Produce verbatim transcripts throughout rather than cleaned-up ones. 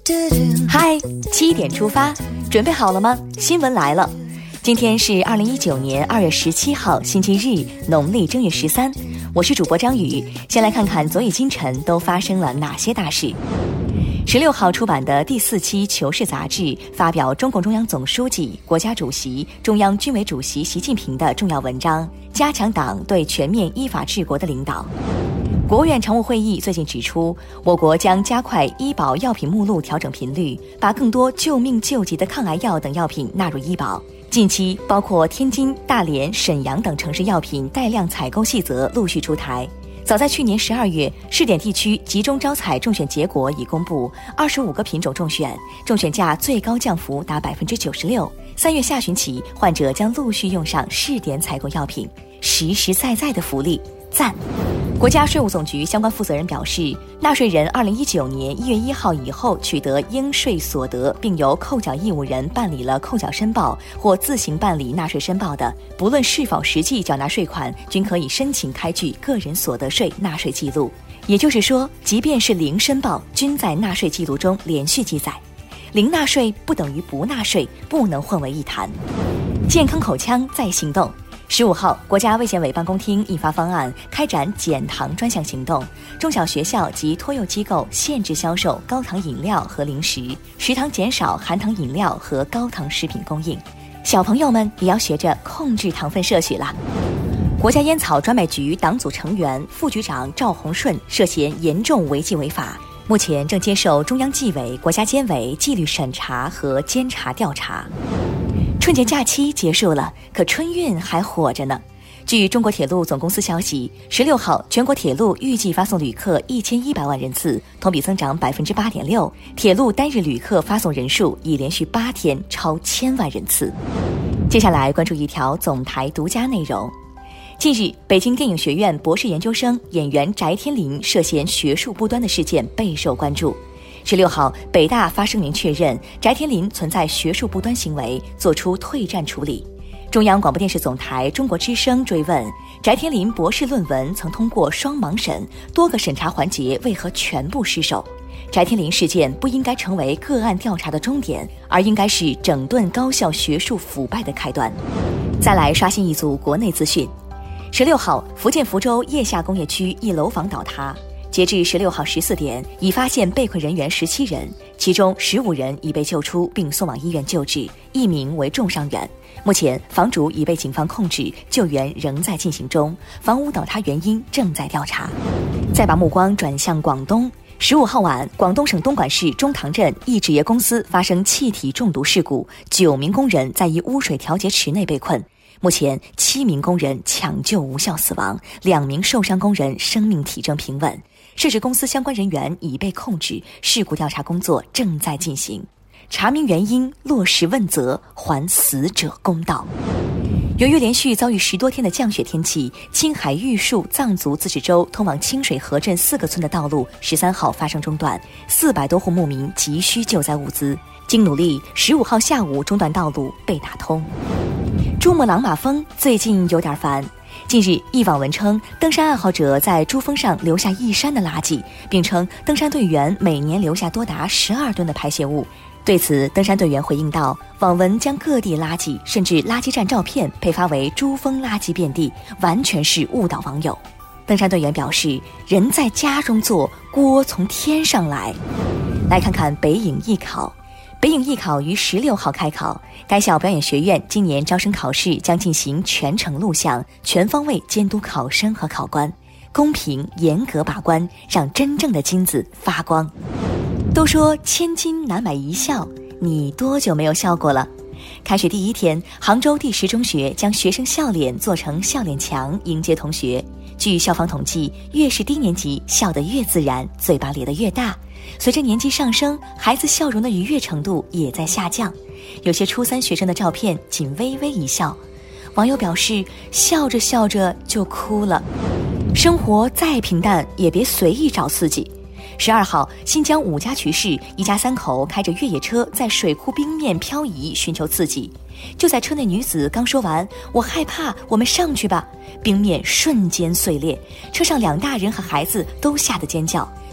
嗨，七点出发，准备好了吗？新闻来了。今天是二零一九年二月十七号，星期日，农历正月十三。我是主播张宇，先来看看昨夜今晨都发生了哪些大事。十六号出版的第四期《求是》杂志发表中共中央总书记、国家主席、中央军委主席习近平的重要文章，加强党对全面依法治国的领导。国务院常务会议最近指出，我国将加快医保药品目录调整频率，把更多救命救急的抗癌药等药品纳入医保。近期，包括天津、大连、沈阳等城市药品带量采购细则陆续出台。早在去年十二月，试点地区集中招采中选结果已公布，二十五个品种中选，中选价最高降幅达百分之九十六。三月下旬起，患者将陆续用上试点采购药品，实实在在的福利，赞！国家税务总局相关负责人表示，纳税人二零一九年一月一号以后取得应税所得，并由扣缴义务人办理了扣缴申报或自行办理纳税申报的，不论是否实际缴纳税款，均可以申请开具个人所得税纳税记录。也就是说，即便是零申报，均在纳税记录中连续记载。零纳税不等于不纳税，不能混为一谈。健康口腔再行动。十五号，国家卫健委办公厅印发方案，开展减糖专项行动，中小学校及托幼机构限制销售高糖饮料和零食，食堂减少含糖饮料和高糖食品供应。小朋友们也要学着控制糖分摄取啦。国家烟草专卖局党组成员、副局长赵洪顺涉嫌严重违纪违法，目前正接受中央纪委、国家监委纪律审查和监察调查。春节假期结束了，可春运还火着呢。据中国铁路总公司消息，十六号全国铁路预计发送旅客一千一百万人次，同比增长百分之八点六。铁路单日旅客发送人数已连续八天超千万人次。接下来关注一条总台独家内容。近日，北京电影学院博士研究生演员翟天临涉嫌学术不端的事件备受关注。十六号，北大发声明确认翟天临存在学术不端行为，作出退战处理。中央广播电视总台中国之声追问，翟天临博士论文曾通过双盲审，多个审查环节为何全部失守？翟天临事件不应该成为个案调查的终点，而应该是整顿高校学术腐败的开端。再来刷新一组国内资讯。十六号，福建福州叶下工业区一楼房倒塌。截至十六号十四点，已发现被困人员十七人，其中十五人已被救出并送往医院救治，一名为重伤员。目前房主已被警方控制，救援仍在进行中，房屋倒塌原因正在调查。再把目光转向广东。十五号晚，广东省东莞市中塘镇一纸业公司发生气体中毒事故，九名工人在一污水调节池内被困。目前七名工人抢救无效死亡，两名受伤工人生命体征平稳。涉事公司相关人员已被控制，事故调查工作正在进行，查明原因，落实问责，还死者公道。由于连续遭遇十多天的降雪天气，青海玉树藏族自治州通往清水河镇四个村的道路十三号发生中断，四百多户牧民急需救灾物资。经努力，十五号下午中断道路被打通。珠穆朗玛峰最近有点烦。近日，一网文称登山爱好者在珠峰上留下一山的垃圾，并称登山队员每年留下多达十二吨的排泄物。对此，登山队员回应道，网文将各地垃圾甚至垃圾站照片配发为珠峰垃圾遍地，完全是误导网友。登山队员表示，人在家中坐，锅从天上来。来看看北影艺考。北影艺考于十六号开考，该校表演学院今年招生考试将进行全程录像，全方位监督考生和考官，公平严格把关，让真正的金子发光。都说千金难买一笑，你多久没有笑过了？开学第一天，杭州第十中学将学生笑脸做成笑脸墙迎接同学。据校方统计，越是低年级笑得越自然，嘴巴咧得越大。随着年纪上升，孩子笑容的愉悦程度也在下降。有些初三学生的照片仅微微一笑，网友表示笑着笑着就哭了。生活再平淡也别随意找刺激。十二号，新疆五家渠市一家三口开着越野车在水库冰面漂移寻求刺激。就在车内女子刚说完我害怕，我们上去吧，冰面瞬间碎裂，车上两大人和孩子都吓得尖叫，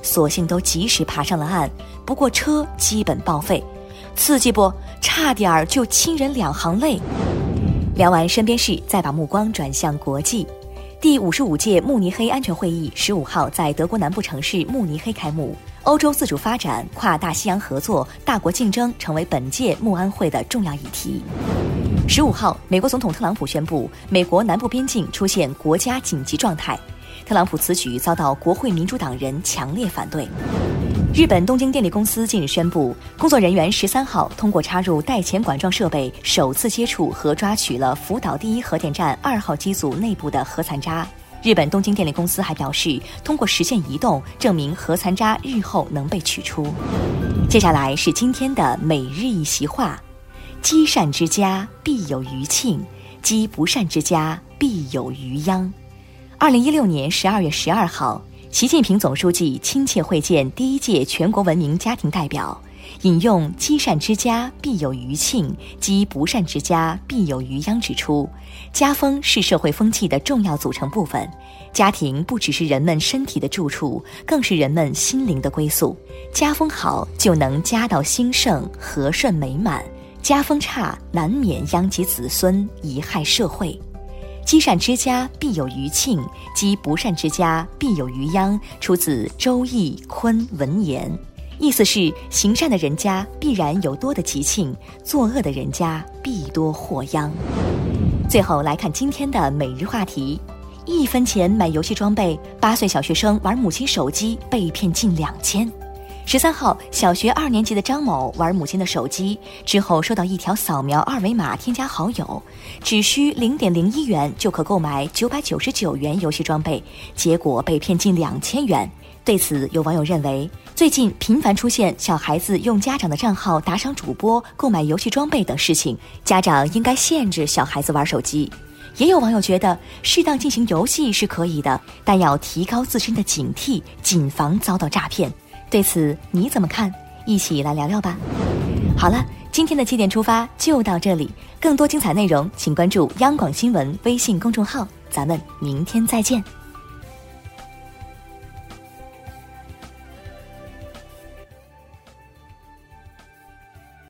所幸都及时爬上了岸，不过车基本报废。刺激不？差点儿就亲人两行泪。聊完身边事，再把目光转向国际。第五十五届慕尼黑安全会议十五号在德国南部城市慕尼黑开幕。欧洲自主发展、跨大西洋合作、大国竞争成为本届慕安会的重要议题。十五号，美国总统特朗普宣布，美国南部边境出现国家紧急状态。特朗普此举遭到国会民主党人强烈反对。日本东京电力公司近日宣布，工作人员十三号通过插入带钱管状设备，首次接触和抓取了福岛第一核电站二号机组内部的核残渣。日本东京电力公司还表示，通过实现移动，证明核残渣日后能被取出。接下来是今天的每日一席话：积善之家必有余庆，积不善之家必有余殃。二零一六年十二月十二号，习近平总书记亲切会见第一届全国文明家庭代表，引用积善之家必有余庆，积不善之家必有余殃指出，家风是社会风气的重要组成部分。家庭不只是人们身体的住处，更是人们心灵的归宿。家风好，就能家道兴盛、和顺美满；家风差，难免殃及子孙，贻害社会。积善之家必有余庆，积不善之家必有余殃，出自《周易·坤文言》，意思是行善的人家必然有多的吉庆，作恶的人家必多祸殃。最后来看今天的每日话题：一分钱买游戏装备，八岁小学生玩母亲手机被骗近两千。十三号，小学二年级的张某玩母亲的手机之后，收到一条扫描二维码添加好友，只需零点零一元就可购买九百九十九元游戏装备，结果被骗近两千元。对此，有网友认为，最近频繁出现小孩子用家长的账号打赏主播、购买游戏装备等事情，家长应该限制小孩子玩手机。也有网友觉得，适当进行游戏是可以的，但要提高自身的警惕，谨防遭到诈骗。对此你怎么看？一起来聊聊吧。好了，今天的七点出发就到这里，更多精彩内容请关注央广新闻微信公众号，咱们明天再见。